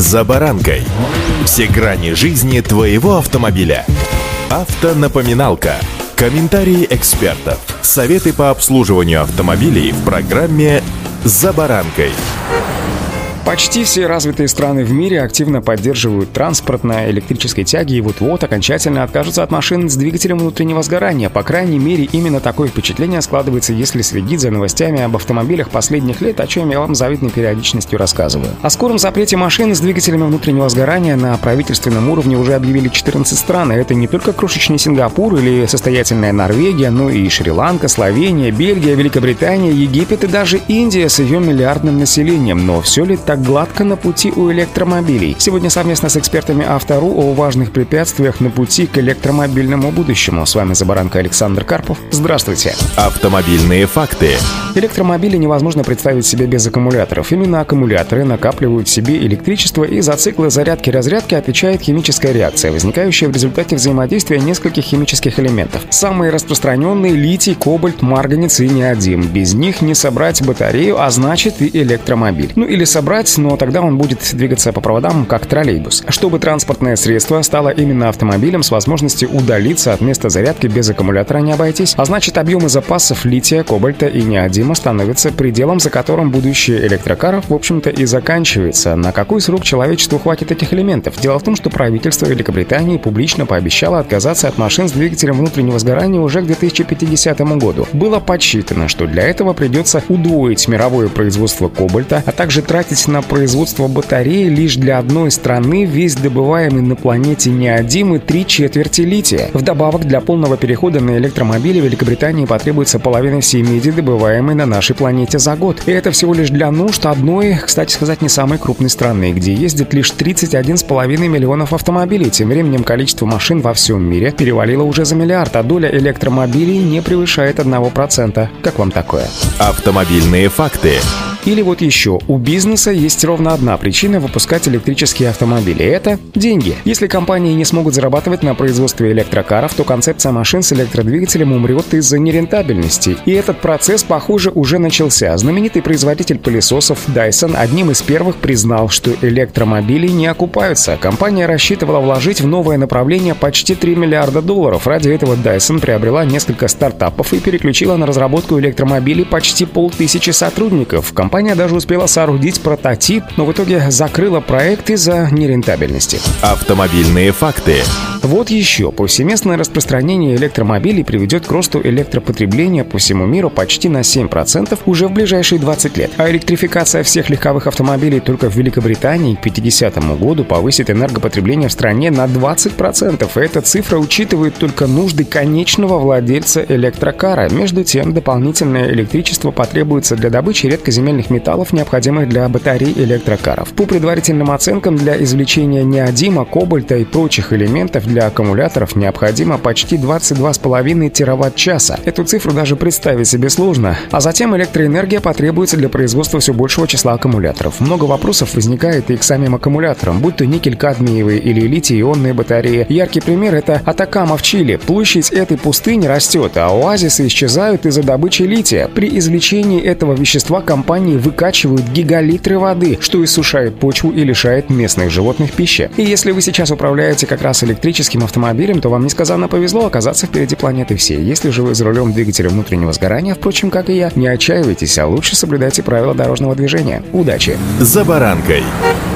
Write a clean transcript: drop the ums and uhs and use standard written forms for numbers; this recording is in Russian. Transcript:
«За баранкой». Все грани жизни твоего автомобиля. Автонапоминалка. Комментарии экспертов. Советы по обслуживанию автомобилей в программе «За баранкой». Почти все развитые страны в мире активно поддерживают транспорт на электрической тяге и вот-вот окончательно откажутся от машин с двигателем внутреннего сгорания. По крайней мере, именно такое впечатление складывается, если следить за новостями об автомобилях последних лет, о чем я вам с завидной периодичностью рассказываю. О скором запрете машин с двигателями внутреннего сгорания на правительственном уровне уже объявили 14 стран. И это не только крошечный Сингапур или состоятельная Норвегия, но и Шри-Ланка, Словения, Бельгия, Великобритания, Египет и даже Индия с ее миллиардным населением. Но все ли так гладко на пути у электромобилей? Сегодня совместно с экспертами Авто.ру о важных препятствиях на пути к электромобильному будущему. С вами «За баранкой» Александр Карпов. Здравствуйте. Автомобильные факты. Электромобили невозможно представить себе без аккумуляторов. Именно аккумуляторы накапливают в себе электричество, и за циклы зарядки-разрядки отвечает химическая реакция, возникающая в результате взаимодействия нескольких химических элементов. Самые распространенные — литий, кобальт, марганец и неодим. Без них не собрать батарею, а значит и электромобиль. Ну или собрать, но тогда он будет двигаться по проводам, как троллейбус. Чтобы транспортное средство стало именно автомобилем, с возможностью удалиться от места зарядки без аккумулятора не обойтись, а значит объемы запасов лития, кобальта и неодима становятся пределом, за которым будущее электрокаров, в общем-то, и заканчивается. На какой срок человечеству хватит этих элементов? Дело в том, что правительство Великобритании публично пообещало отказаться от машин с двигателем внутреннего сгорания уже к 2050 году. Было подсчитано, что для этого придется удвоить мировое производство кобальта, а также тратить на производство батареи лишь для одной страны весь добываемый на планете неодим и 3/4 лития. Вдобавок, для полного перехода на электромобили Великобритании потребуется половина всей меди, добываемой на нашей планете за год. И это всего лишь для нужд одной, кстати сказать, не самой крупной страны, где ездит лишь 31,5 миллионов автомобилей. Тем временем количество машин во всем мире перевалило уже за миллиард, а доля электромобилей не превышает 1%. Как вам такое? Автомобильные факты. Или вот еще, у бизнеса есть ровно одна причина выпускать электрические автомобили. Это деньги. Если компании не смогут зарабатывать на производстве электрокаров, то концепция машин с электродвигателем умрет из-за нерентабельности. И этот процесс, похоже, уже начался. Знаменитый производитель пылесосов Dyson одним из первых признал, что электромобили не окупаются. Компания рассчитывала вложить в новое направление почти $3 миллиарда. Ради этого Dyson приобрела несколько стартапов и переключила на разработку электромобилей почти 500 сотрудников. Компания даже успела соорудить прототип, но в итоге закрыла проект из-за нерентабельности. Автомобильные факты. Вот еще. Повсеместное распространение электромобилей приведет к росту электропотребления по всему миру почти на 7% уже в ближайшие 20 лет. А электрификация всех легковых автомобилей только в Великобритании к 50 году повысит энергопотребление в стране на 20%. И эта цифра учитывает только нужды конечного владельца электрокара. Между тем, дополнительное электричество потребуется для добычи редкоземельных металлов, необходимых для батарей электрокаров. По предварительным оценкам, для извлечения неодима, кобальта и прочих элементов для аккумуляторов необходимо почти 22,5 тераватт-часа. Эту цифру даже представить себе сложно. А затем электроэнергия потребуется для производства все большего числа аккумуляторов. Много вопросов возникает и к самим аккумуляторам, будь то никель-кадмиевые или литий-ионные батареи. Яркий пример — это Атакама в Чили. Площадь этой пустыни растет, а оазисы исчезают из-за добычи лития. При извлечении этого вещества компании выкачивают гигалитры воды, что иссушает почву и лишает местных животных пищи. И если вы сейчас управляете как раз электрическим автомобилем, то вам несказанно повезло оказаться впереди планеты всей. Если же вы за рулем двигателя внутреннего сгорания, впрочем, как и я, не отчаивайтесь, а лучше соблюдайте правила дорожного движения. Удачи! «За баранкой».